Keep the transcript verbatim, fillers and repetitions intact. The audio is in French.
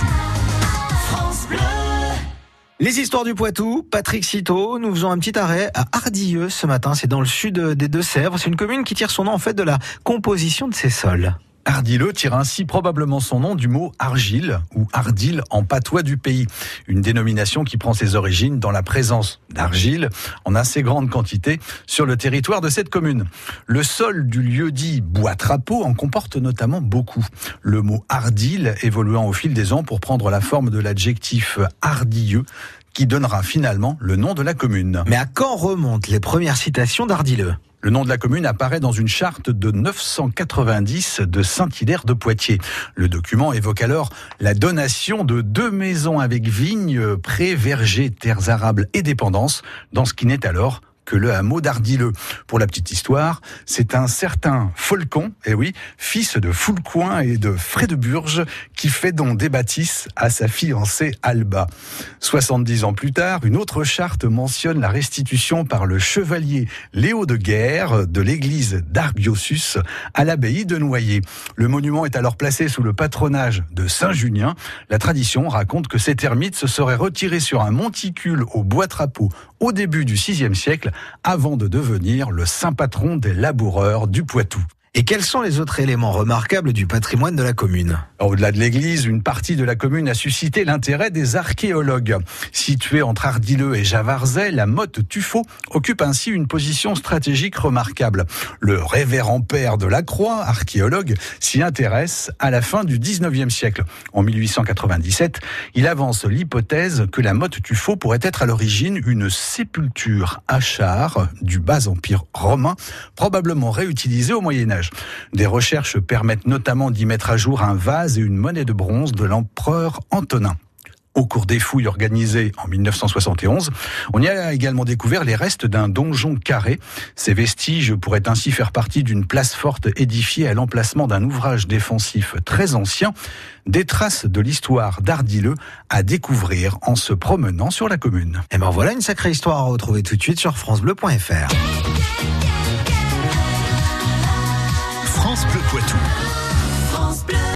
Poitou. France Bleu. Les histoires du Poitou, Patrick Citeau, nous faisons un petit arrêt à Ardilleux ce matin, c'est dans le sud des Deux-Sèvres. C'est une commune qui tire son nom en fait de la composition de ses sols. Ardilleux tire ainsi probablement son nom du mot argile ou ardile en patois du pays. Une dénomination qui prend ses origines dans la présence d'argile en assez grande quantité sur le territoire de cette commune. Le sol du lieu-dit Bois-Trapeau en comporte notamment beaucoup. Le mot ardile évoluant au fil des ans pour prendre la forme de l'adjectif ardilleux qui donnera finalement le nom de la commune. Mais à quand remontent les premières citations d'Ardilleux ? Le nom de la commune apparaît dans une charte de neuf cent quatre-vingt-dix de Saint-Hilaire de Poitiers. Le document évoque alors la donation de deux maisons avec vignes, prés, vergers, terres arables et dépendances dans ce qui n'est alors que le hameau d'Ardilleux. Pour la petite histoire, c'est un certain Folcon, eh oui, fils de Foulcoing et de Frédeburge, qui fait don des bâtisses à sa fiancée Alba. soixante-dix ans plus tard, une autre charte mentionne la restitution par le chevalier Léo de Guerre de l'église d'Argiosus à l'abbaye de Noyer. Le monument est alors placé sous le patronage de Saint-Junien. La tradition raconte que cet ermite se serait retiré sur un monticule au Bois-Trapeau au début du sixième siècle, avant de devenir le saint patron des laboureurs du Poitou. Et quels sont les autres éléments remarquables du patrimoine de la commune ? Au-delà de l'église, une partie de la commune a suscité l'intérêt des archéologues. Située entre Ardilleux et Javarzay, la motte Tuffeau occupe ainsi une position stratégique remarquable. Le révérend père de Lacroix, archéologue, s'y intéresse à la fin du dix-neuvième siècle. En mille huit cent quatre-vingt-dix-sept, il avance l'hypothèse que la motte Tuffeau pourrait être à l'origine une sépulture achare du bas empire romain, probablement réutilisée au Moyen-Âge. Des recherches permettent notamment d'y mettre à jour un vase et une monnaie de bronze de l'empereur Antonin. Au cours des fouilles organisées en mille neuf cent soixante et onze, on y a également découvert les restes d'un donjon carré. Ces vestiges pourraient ainsi faire partie d'une place forte édifiée à l'emplacement d'un ouvrage défensif très ancien. Des traces de l'histoire d'Ardilleux à découvrir en se promenant sur la commune. Et ben voilà une sacrée histoire à retrouver tout de suite sur francebleu point f r. France Bleu Poitou.